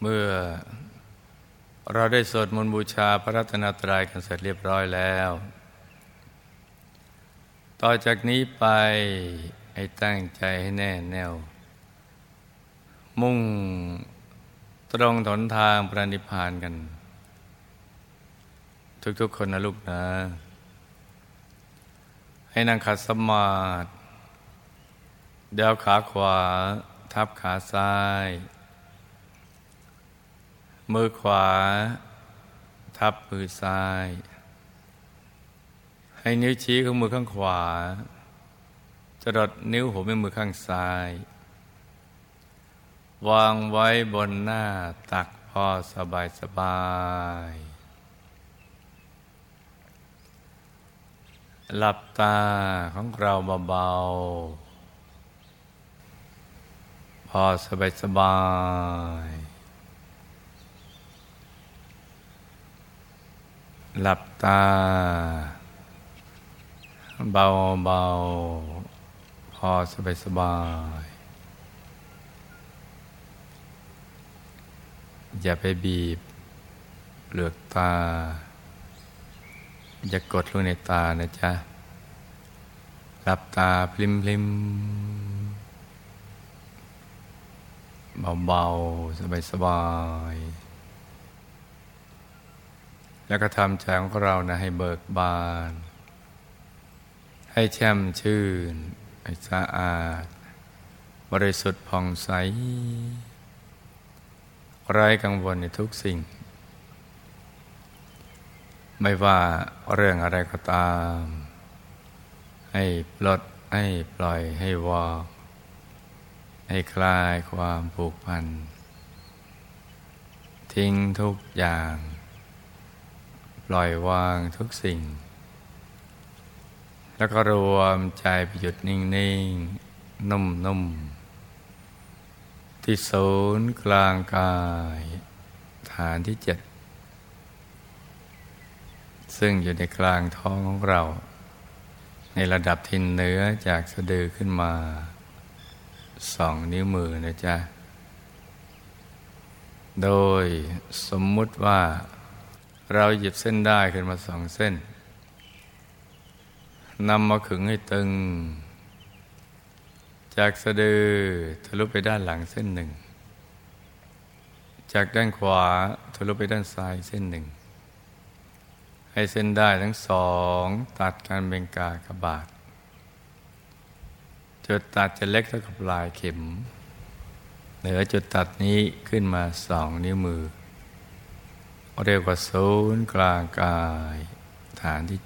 เมื่อเราได้สวดมนต์บูชาพระรัตนตรัยกันเสร็จเรียบร้อยแล้วต่อจากนี้ไปให้ตั้งใจให้แน่แน่วมุ่งตรงหนทางพระนิพพานกันทุกๆคนนะลูกนะให้นั่งขัดสมาธิเดี๋ยวขาขวาทับขาซ้ายมือขวาทับมือซ้ายให้นิ้วชี้ของมือข้างขวาจรดนิ้วหัวแม่มือข้างซ้ายวางไว้บนหน้าตักพอสบายหลับตาของเราเบาๆพอสบายหลับตาเบาๆพอสบายอย่าไปบีบเปลือกตาอย่ากดลงในตานะจ๊ะหลับตาพลิมเบาๆสบายแล้วก็ทำใจของเรานะให้เบิกบานให้แช่มชื่นให้สะอาดบริสุทธิ์ผ่องใสไร้กังวลในทุกสิ่งไม่ว่าเรื่องอะไรก็ตามให้ปลดให้ปล่อยให้วางให้คลายความผูกพันทิ้งทุกอย่างปล่อยวางทุกสิ่งแล้วก็รวมใจไปหยุดนิ่งๆนุ่มๆที่ศูนย์กลางกายฐานที่7ซึ่งอยู่ในกลางท้องของเราในระดับที่เหนือจากสะดือขึ้นมา2 นิ้วมือนะจ๊ะโดยสมมุติว่าเราหยิบเส้นได้ขึ้นมา2 เส้นนำมาขึงให้ตึงจากสะดือทะลุไปด้านหลังเส้นหนึ่งจากด้านขวาทะลุไปด้านซ้ายเส้นหนึ่งให้เส้นได้ทั้ง2ตัดกันเป็นกากบาทจุดตัดจะเล็กเท่ากับปลายเข็มเหนือจุดตัดนี้ขึ้นมา2 นิ้วมือเรียกว่าศูนย์กลางกายฐานที่7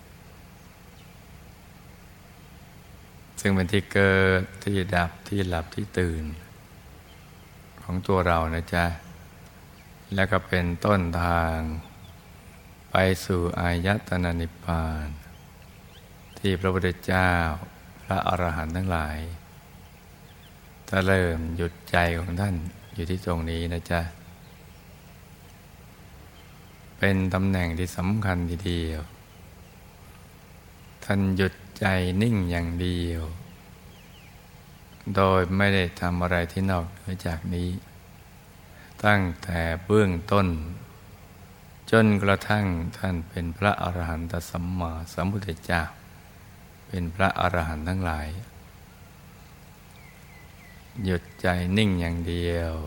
ซึ่งเป็นที่เกิดที่ดับที่หลับที่ตื่นของตัวเรานะจ๊ะและก็เป็นต้นทางไปสู่อายตนะนิพพานที่พระพุทธเจ้าพระอรหันต์ทั้งหลายจะเริ่มหยุดใจของท่านอยู่ที่ตรงนี้นะจ๊ะเป็นตำแหน่งที่สำคัญทีเดียวท่านหยุดใจนิ่งอย่างเดียวโดยไม่ได้ทำอะไรที่นอกเหนือจากนี้ตั้งแต่เบื้องต้นจนกระทั่งท่านเป็นพระอรหันตสัมมาสัมพุทธเจ้าเป็นพระอรหันต์ทั้งหลายหยุดใจนิ่งอย่างเดียว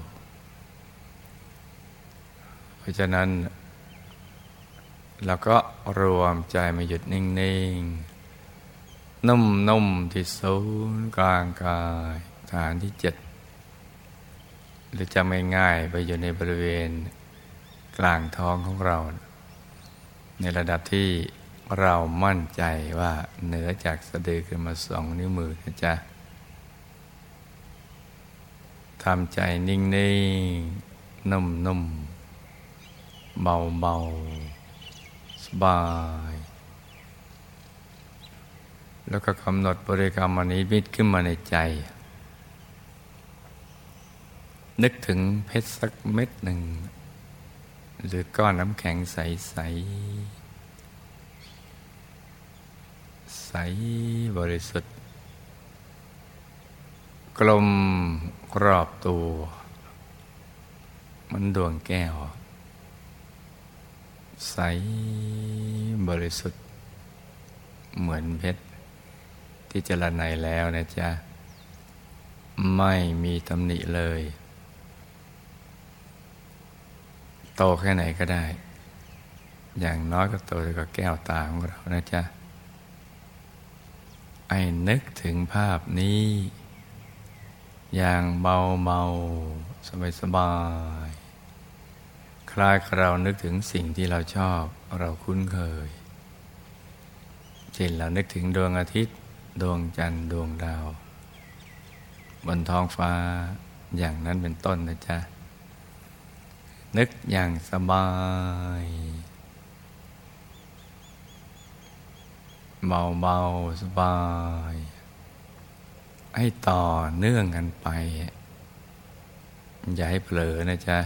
เพราะฉะนั้นเราก็รวมใจมาหยุดนิ่งๆนุ่มๆที่ศูนย์กลางกายฐานที่7หรือจะไม่ง่ายไปอยู่ในบริเวณกลางท้องของเราในระดับที่เรามั่นใจว่าเหนือจากสะดือขึ้นมา2 นิ้วมือนะจ๊ะทำใจนิ่งๆนุ่มๆเบาๆสบายแล้วก็กำหนดบริกรรมนิมิตขึ้นมาในใจนึกถึงเพชรสักเม็ดหนึ่งหรือก้อนน้ำแข็งใสๆใสบริสุทธิ์กลมรอบตัวมันดวงแก้วใสบริสุทธิ์เหมือนเพชรที่เจรไนแล้วนะจ๊ะไม่มีตำหนิเลยโตแค่ไหนก็ได้อย่างน้อยก็โตกว่าแก้วตาของเรานะจ๊ะไอ้นึกถึงภาพนี้อย่างเบาๆสบายๆคล้ายเรานึกถึงสิ่งที่เราชอบเราคุ้นเคยเช่นเรานึกถึงดวงอาทิตย์ดวงจันทร์ดวงดาวบนท้องฟ้าอย่างนั้นเป็นต้นนะจ๊ะนึกอย่างสบายเบาๆสบายให้ต่อเนื่องกันไปอย่าให้เผลอนะจ๊ะ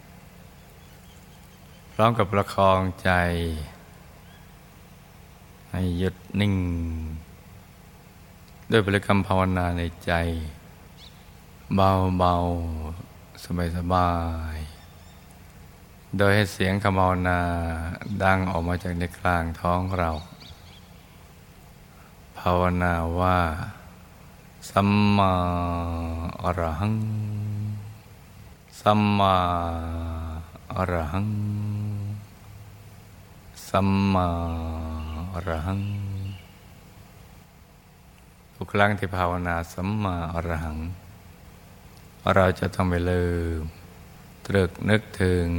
พร้อมกับประคองใจให้หยุดนิ่งด้วยบริกรรมภาวนาในใจเบาๆสบายๆโดยให้เสียงคำภาวนาดังออกมาจากในกลางท้องเราภาวนาว่าสัมมาอรหังสัมมาอรหังสัมมาอรหังทุกครั้งที่ภาวนาสัมมาอรหังเราจะต้องไปลืมตรึกนึกถึง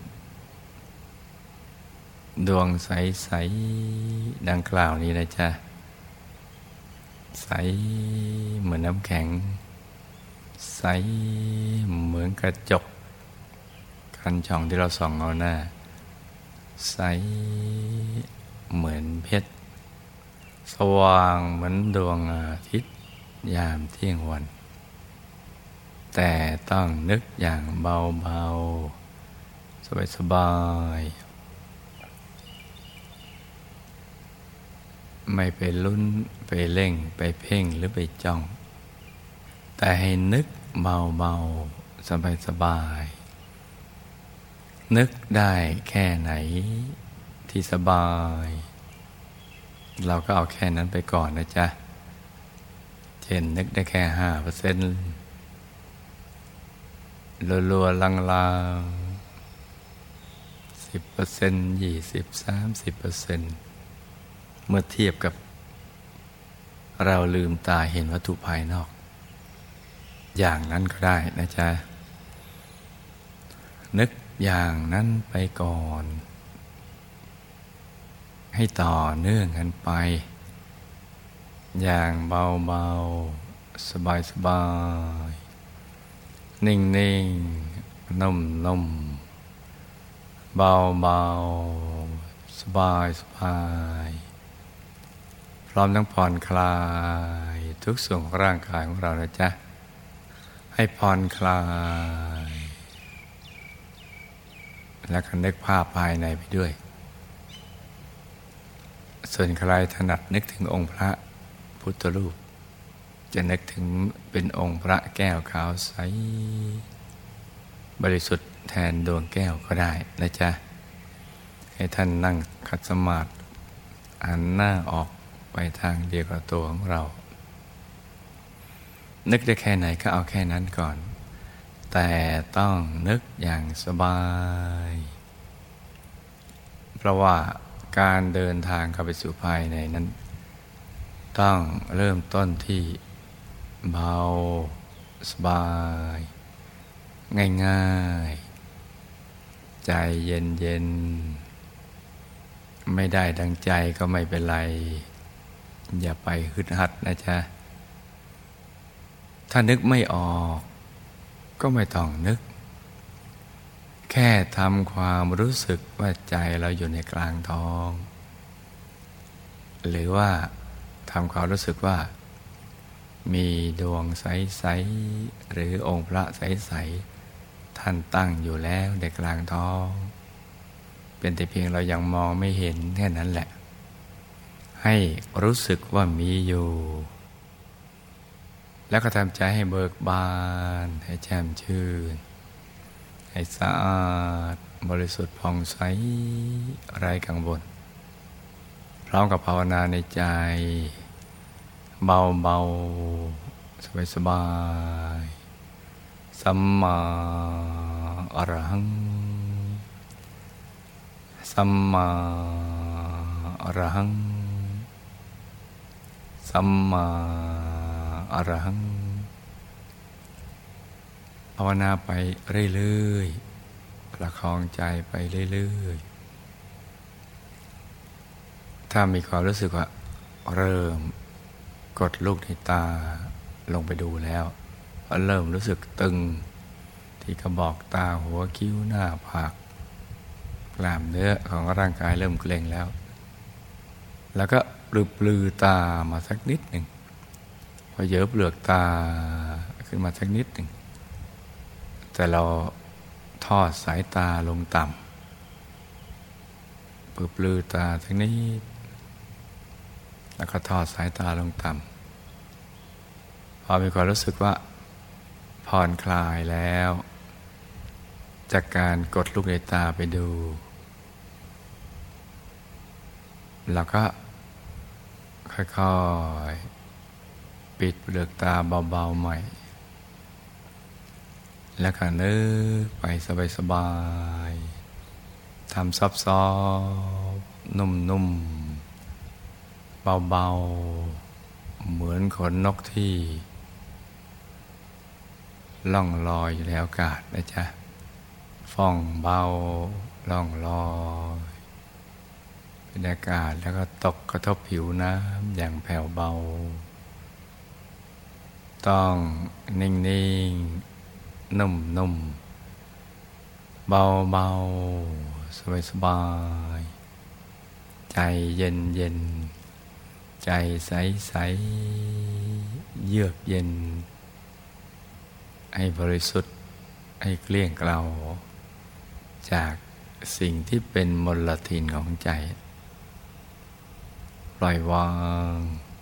ดวงใสๆดังกล่าวนี้นะจ๊ะใสเหมือนน้ำแข็งใสเหมือนกระจกคันช่องที่เราส่องเอาหน้าใสเหมือนเพชรสว่างเหมือนดวงอาทิตย์ยามเที่ยงวันแต่ต้องนึกอย่างเบาๆสบายๆไม่ไปลุ้นไปเร่งไปเพ่งหรือไปจ้องแต่ให้นึกเบาๆสบายๆนึกได้แค่ไหนที่สบายเราก็เอาแค่นั้นไปก่อนนะจ๊ะเช่นนึกได้แค่5%รัวๆลางๆ10% 20-30%เมื่อเทียบกับเราลืมตาเห็นวัตถุภายนอกอย่างนั้นก็ได้นะจ๊ะนึกอย่างนั้นไปก่อนให้ต่อเนื่องกันไปอย่างเบาๆสบายๆนิ่งๆนุ่มๆเบาๆสบายพร้อมทั้งผ่อนคลายทุกส่วนของร่างกายของเรานะจ๊ะให้ผ่อนคลายและก็นึกภาพภายในไปด้วยส่วนใครถนัดนึกถึงองค์พระพุทธรูปจะนึกถึงเป็นองค์พระแก้วขาวใสบริสุทธิ์แทนดวงแก้วก็ได้นะจ๊ะให้ท่านนั่งขัดสมาธิหันหน้าออกไปทางเดียวกับตัวของเรานึกได้แค่ไหนก็เอาแค่นั้นก่อนแต่ต้องนึกอย่างสบายเพราะว่าการเดินทางเข้าไปสู่ภายในนั้นต้องเริ่มต้นที่เบาสบายง่ายๆใจเย็นๆไม่ได้ดังใจก็ไม่เป็นไรอย่าไปฮึดฮัดนะจ๊ะถ้านึกไม่ออกก็ไม่ต้องนึกแค่ทำความรู้สึกว่าใจเราอยู่ในกลางท้องหรือว่าทำความรู้สึกว่ามีดวงใสๆหรือองค์พระใสๆท่านตั้งอยู่แล้วในกลางท้องเป็นแต่เพียงเรายังมองไม่เห็นแค่นั้นแหละให้รู้สึกว่ามีอยู่แล้วก็ทำใจให้เบิกบานให้แจ่มชื่นใให้สะอาดบริสุทธิ์ผ่องใสไร้กังวลพร้อมกับภาวนาในใจเบาๆสบายๆสัมมาอรหังสัมมาอรหังสัมมาอรหังภาวนาไปเรื่อยๆประคองใจไปเรื่อยๆถ้ามีความรู้สึกว่าเริ่มกดลูกในตาลงไปดูแล้วเริ่มรู้สึกตึงที่กระบอกตาหัวคิ้วหน้าผากกล้ามเนื้อของร่างกายเริ่มเกร็งแล้วก็ปลือตามาสักนิดหนึ่งพอเหยอะเปลือกตาขึ้นมาสักนิดหนึ่งแต่เราทอดสายตาลงต่ำปลือตาสักนิดแล้วก็ทอดสายตาลงต่ำพอมีความรู้สึกว่าผ่อนคลายแล้วจากการกดลูกในตาไปดูแล้วก็ค่อยๆปิดเปลือกตาเบาๆใหม่แล้วก็นึกไปสบายๆทำซอฟๆนุ่มๆเบาๆเหมือนขนนกที่ล่องลอยอยู่ในอากาศนะจ๊ะฟ่องเบาล่องลอยเป็นอากาศแล้วก็ตกกระทบผิวน้ำอย่างแผ่วเบาต้องนิ่งๆนุ่มๆเบาๆสบายๆใจเย็นๆใจใสๆเยือกเย็นให้บริสุทธิ์ให้เกลี้ยงเกลาจากสิ่งที่เป็นมลทินของใจปล่อยวาง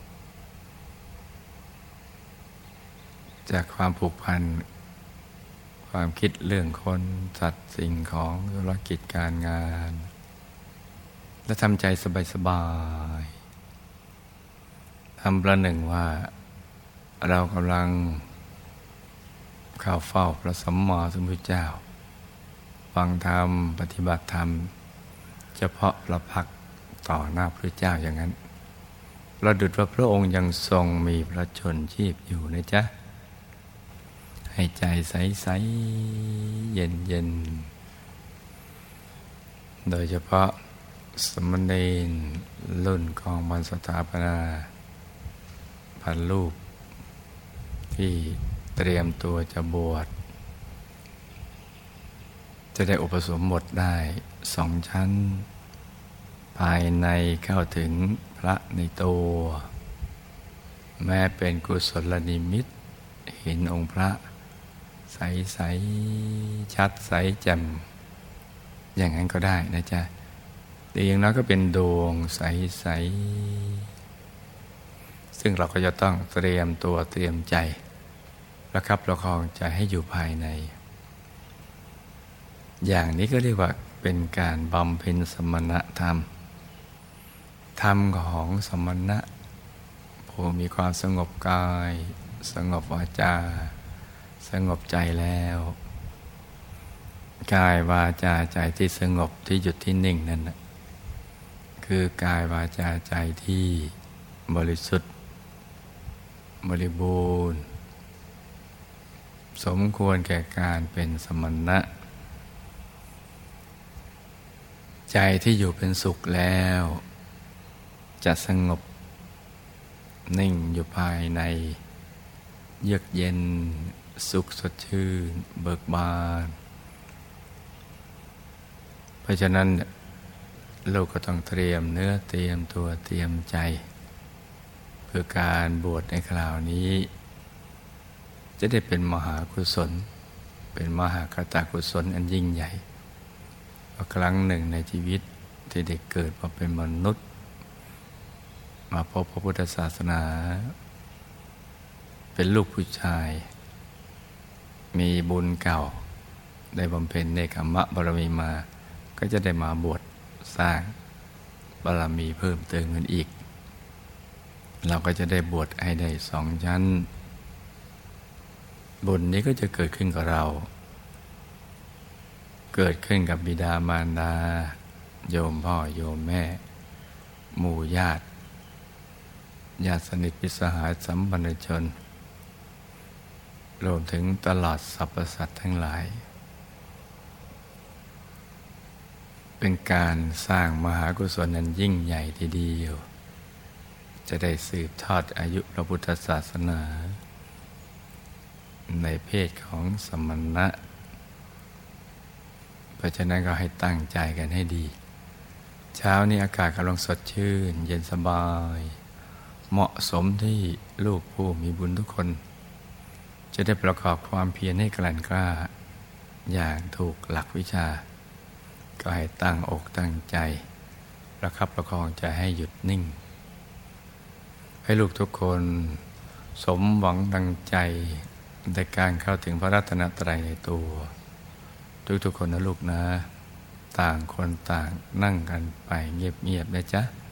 จากความผูกพันความคิดเรื่องคนสัตว์สิ่งของธุรกิจการงานและทำใจสบายๆทำประหนึ่งว่าเรากำลังเข้าเฝ้าพระสัมมาสัมพุทธเจ้าฟังธรรมปฏิบัติธรรมเฉพาะพระพักตร์ต่อหน้าพระเจ้าอย่างนั้นประดุจว่าพระองค์ยังทรงมีพระชนชีพอยู่นะจ๊ะให้ใจใสๆเย็นๆโดยเฉพาะสมณเณรรุ่นกองบรรสถาปนาพันรูปที่เตรียมตัวจะบวชจะได้อุปสมบทได้2 ชั้นภายในเข้าถึงพระในตัวแม้เป็นกุศลนิมิตเห็นองค์พระใสๆชัดใสแจ่มอย่างนั้นก็ได้นะจ๊ะแต่อย่างน้อยก็เป็นดวงใสๆซึ่งเราก็จะต้องเตรียมตัวเตรียมใจประคับประคองใจให้อยู่ภายในอย่างนี้ก็เรียกว่าเป็นการบำเพ็ญสมณธรรมธรรมของสมณะผู้มีความสงบกายสงบวาจาสงบใจแล้วกายวาจาใจที่สงบที่หยุดที่นิ่งนั่นนะคือกายวาจาใจที่บริสุทธิ์บริบูรณ์สมควรแก่การเป็นสมณะใจที่อยู่เป็นสุขแล้วจะสงบนิ่งอยู่ภายในเยือกเย็นสุขสดชื่นเบิกบานเพราะฉะนั้นเราก็ต้องเตรียมเนื้อเตรียมตัวเตรียมใจเพื่อการบวชในคราวนี้จะได้เป็นมหากุศลเป็นมหากตกุศลอันยิ่งใหญ่ครั้งหนึ่งในชีวิตที่ได้เกิดมาเป็นมนุษย์มาพบพระพุทธศาสนาเป็นลูกผู้ชายมีบุญเก่าได้บำเพ็ญเนกขัมมะบารมีมาก็จะได้มาบวชสร้างบารมีเพิ่มเติมกันอีกเราก็จะได้บวชให้ได้2 ชั้นบุญนี้ก็จะเกิดขึ้นกับเราเกิดขึ้นกับบิดามารดาโยมพ่อโยมแม่หมู่ญาติสนิทมิตรสหายสัมพันธชนรวมถึงตลอดสรรพสัตว์ทั้งหลายเป็นการสร้างมหากุศลนั้นยิ่งใหญ่ทีเดียวจะได้สืบทอดอายุพระพุทธศาสนาในเพศของสมณะเพราะฉะนั้นก็ให้ตั้งใจกันให้ดีเช้านี้อากาศกำลังสดชื่นเย็นสบายเหมาะสมที่ลูกผู้มีบุญทุกคนจะได้ประกอบความเพียรให้แกร่งกล้าอย่างถูกหลักวิชาก็ให้ตั้งอกตั้งใจประคับประคองใจให้หยุดนิ่งให้ลูกทุกคนสมหวังดังใจในการเข้าถึงพระรัตนตรัยในตัวทุกๆคนนะลูกนะต่างคนต่างนั่งกันไปเงียบๆนะจ๊ะ